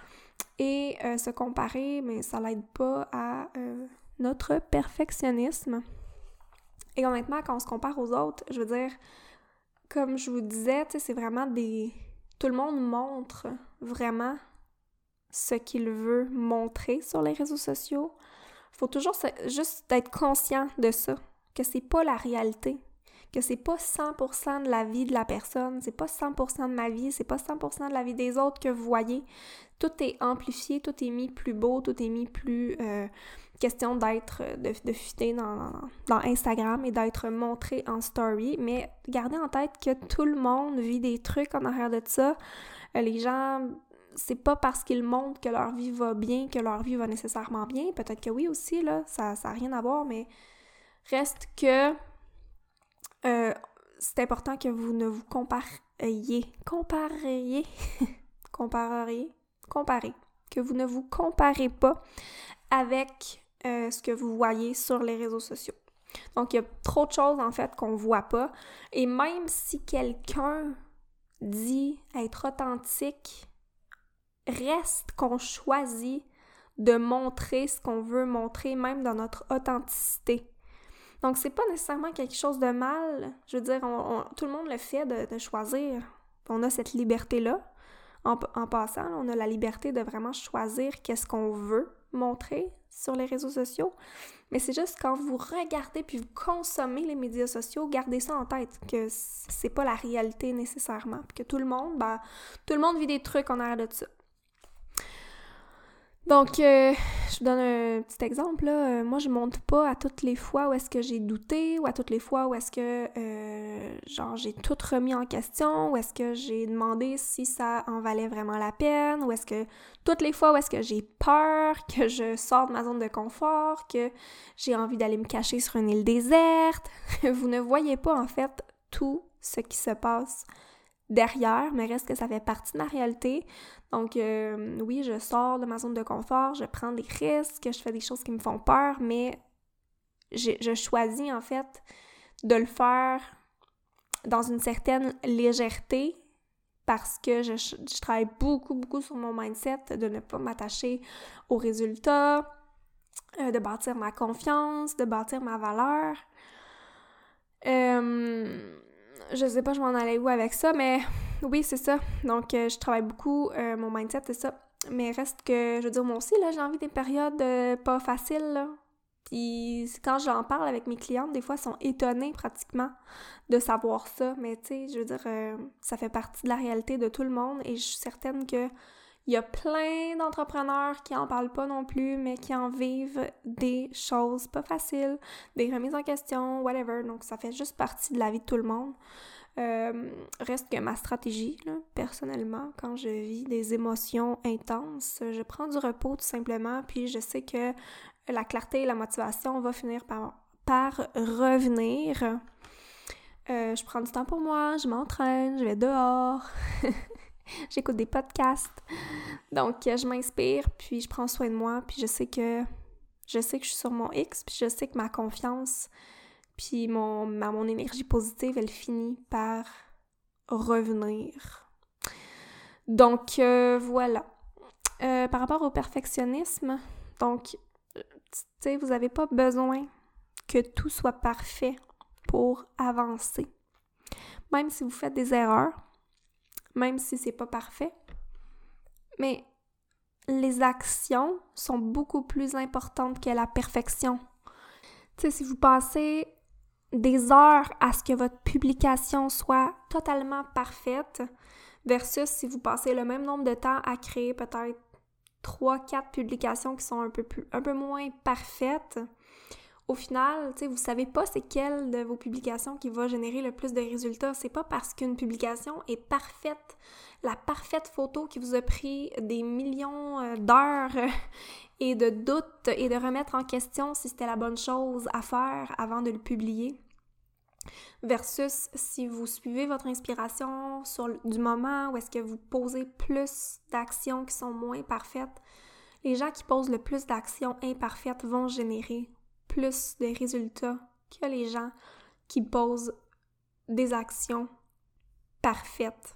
et euh, se comparer, mais ça l'aide pas à euh, notre perfectionnisme. Et honnêtement, quand on se compare aux autres, je veux dire, comme je vous disais, tu sais, c'est vraiment des... Tout le monde montre vraiment ce qu'il veut montrer sur les réseaux sociaux. Il faut toujours se, juste être conscient de ça, que c'est pas la réalité, que c'est pas cent pour cent de la vie de la personne, c'est pas cent pour cent de ma vie, c'est pas cent pour cent de la vie des autres que vous voyez. Tout est amplifié, tout est mis plus beau, tout est mis plus... Euh, question d'être, de, de fitter dans, dans Instagram et d'être montré en story, mais gardez en tête que tout le monde vit des trucs en arrière de ça. Euh, les gens, c'est pas parce qu'ils montrent que leur vie va bien que leur vie va nécessairement bien. Peut-être que oui aussi, là, ça n'a rien à voir, mais reste que euh, c'est important que vous ne vous compariez, compariez, compareriez, comparez, que vous ne vous comparez pas avec euh, ce que vous voyez sur les réseaux sociaux. Donc, il y a trop de choses, en fait, qu'on voit pas. Et même si quelqu'un dit être authentique, reste qu'on choisit de montrer ce qu'on veut montrer, même dans notre authenticité. Donc, c'est pas nécessairement quelque chose de mal. Je veux dire, on, on, tout le monde le fait de, de choisir. On a cette liberté-là. En, en passant, on a la liberté de vraiment choisir qu'est-ce qu'on veut montrer sur les réseaux sociaux. Mais c'est juste quand vous regardez puis vous consommez les médias sociaux, gardez ça en tête, que c'est pas la réalité nécessairement. Puis que tout le monde, ben, tout le monde vit des trucs en arrière de ça. Donc, euh, je vous donne un petit exemple, là. Moi, je monte pas à toutes les fois où est-ce que j'ai douté, ou à toutes les fois où est-ce que, euh, genre, j'ai tout remis en question, ou est-ce que j'ai demandé si ça en valait vraiment la peine, ou est-ce que toutes les fois où est-ce que j'ai peur, que je sors de ma zone de confort, que j'ai envie d'aller me cacher sur une île déserte. Vous ne voyez pas, en fait, tout ce qui se passe derrière, mais reste que ça fait partie de ma réalité. Donc, euh, oui, je sors de ma zone de confort, je prends des risques, je fais des choses qui me font peur, mais je, je choisis, en fait, de le faire dans une certaine légèreté parce que je, je travaille beaucoup, beaucoup sur mon mindset de ne pas m'attacher aux résultats, euh, de bâtir ma confiance, de bâtir ma valeur. Euh... Je sais pas, je m'en allais où avec ça, mais oui, c'est ça. Donc, euh, je travaille beaucoup, euh, mon mindset, c'est ça. Mais reste que, je veux dire, moi aussi, là, j'ai envie des périodes euh, pas faciles, là. Puis, quand j'en parle avec mes clientes, des fois, elles sont étonnées, pratiquement, de savoir ça. Mais, tu sais, je veux dire, euh, ça fait partie de la réalité de tout le monde. Et je suis certaine que il y a plein d'entrepreneurs qui en parlent pas non plus, mais qui en vivent des choses pas faciles, des remises en question, whatever. Donc, ça fait juste partie de la vie de tout le monde. Euh, reste que ma stratégie, là, personnellement, quand je vis des émotions intenses, je prends du repos tout simplement, puis je sais que la clarté et la motivation vont finir par, par revenir. Euh, je prends du temps pour moi, je m'entraîne, je vais dehors. J'écoute des podcasts, donc je m'inspire, puis je prends soin de moi, puis je sais que je sais que je suis sur mon X, puis je sais que ma confiance, puis mon, ma, mon énergie positive, elle finit par revenir. Donc, euh, voilà. Euh, par rapport au perfectionnisme, donc, tu sais, vous n'avez pas besoin que tout soit parfait pour avancer. Même si vous faites des erreurs, même si c'est pas parfait. Mais les actions sont beaucoup plus importantes que la perfection. Tu sais, si vous passez des heures à ce que votre publication soit totalement parfaite versus si vous passez le même nombre de temps à créer peut-être trois quatre publications qui sont un peu plus, un peu moins parfaites, au final, tu sais, vous savez pas c'est quelle de vos publications qui va générer le plus de résultats. C'est pas parce qu'une publication est parfaite, la parfaite photo qui vous a pris des millions d'heures et de doutes et de remettre en question si c'était la bonne chose à faire avant de le publier. Versus si vous suivez votre inspiration sur du moment où est-ce que vous posez plus d'actions qui sont moins parfaites, les gens qui posent le plus d'actions imparfaites vont générer plus de résultats que les gens qui posent des actions parfaites.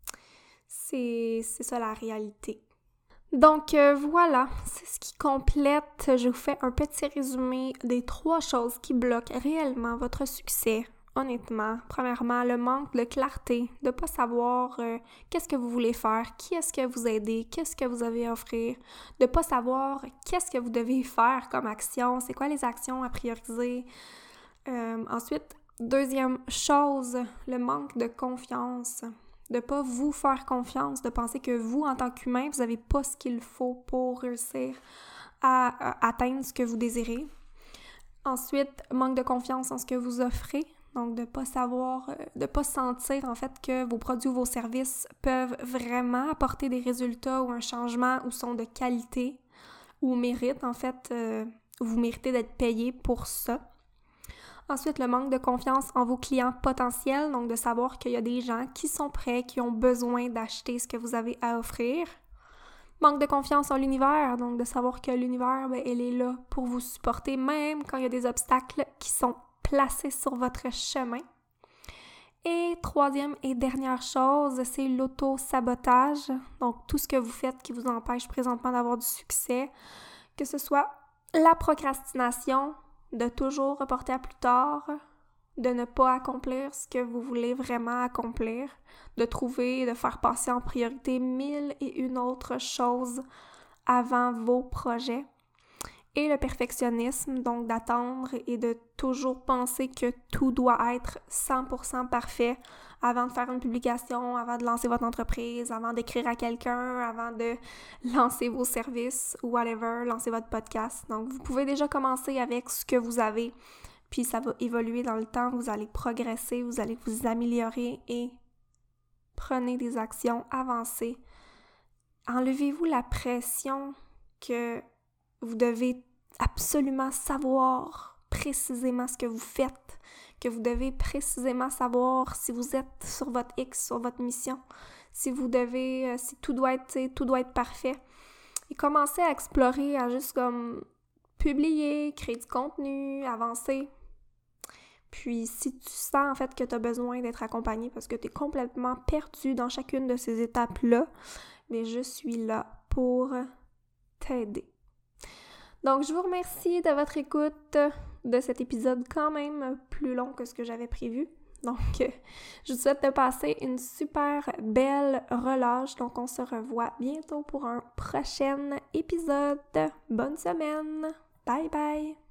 C'est, c'est ça la réalité. Donc euh, voilà, c'est ce qui complète. Je vous fais un petit résumé des trois choses qui bloquent réellement votre succès. Honnêtement, premièrement, le manque de clarté, de ne pas savoir euh, qu'est-ce que vous voulez faire, qui est-ce que vous aidez, qu'est-ce que vous avez à offrir, de ne pas savoir qu'est-ce que vous devez faire comme action, c'est quoi les actions à prioriser. Euh, ensuite, deuxième chose, le manque de confiance, de ne pas vous faire confiance, de penser que vous, en tant qu'humain, vous n'avez pas ce qu'il faut pour réussir à, à atteindre ce que vous désirez. Ensuite, manque de confiance en ce que vous offrez. Donc, de ne pas savoir, de ne pas sentir en fait que vos produits ou vos services peuvent vraiment apporter des résultats ou un changement ou sont de qualité ou méritent en fait, euh, vous méritez d'être payé pour ça. Ensuite, le manque de confiance en vos clients potentiels, donc de savoir qu'il y a des gens qui sont prêts, qui ont besoin d'acheter ce que vous avez à offrir. Manque de confiance en l'univers, donc de savoir que l'univers, ben, elle est là pour vous supporter même quand il y a des obstacles qui sont placé sur votre chemin. Et troisième et dernière chose, c'est l'auto-sabotage. Donc, tout ce que vous faites qui vous empêche présentement d'avoir du succès, que ce soit la procrastination, de toujours reporter à plus tard, de ne pas accomplir ce que vous voulez vraiment accomplir, de trouver, de faire passer en priorité mille et une autres choses avant vos projets. et le perfectionnisme, donc d'attendre et de toujours penser que tout doit être cent pour cent parfait avant de faire une publication, avant de lancer votre entreprise, avant d'écrire à quelqu'un, avant de lancer vos services ou whatever, lancer votre podcast. Donc, vous pouvez déjà commencer avec ce que vous avez, puis ça va évoluer dans le temps, vous allez progresser, vous allez vous améliorer et prenez des actions, avancez. Enlevez-vous la pression que vous devez absolument savoir précisément ce que vous faites, que vous devez précisément savoir si vous êtes sur votre X, sur votre mission, si vous devez, si tout doit être, tout doit être parfait. Et commencez à explorer, à juste comme publier, créer du contenu, avancer. Puis si tu sens en fait que tu as besoin d'être accompagné parce que tu es complètement perdu dans chacune de ces étapes-là, mais je suis là pour t'aider. Donc, je vous remercie de votre écoute de cet épisode quand même plus long que ce que j'avais prévu. Donc, je vous souhaite de passer une super belle relâche. Donc, on se revoit bientôt pour un prochain épisode. Bonne semaine! Bye bye!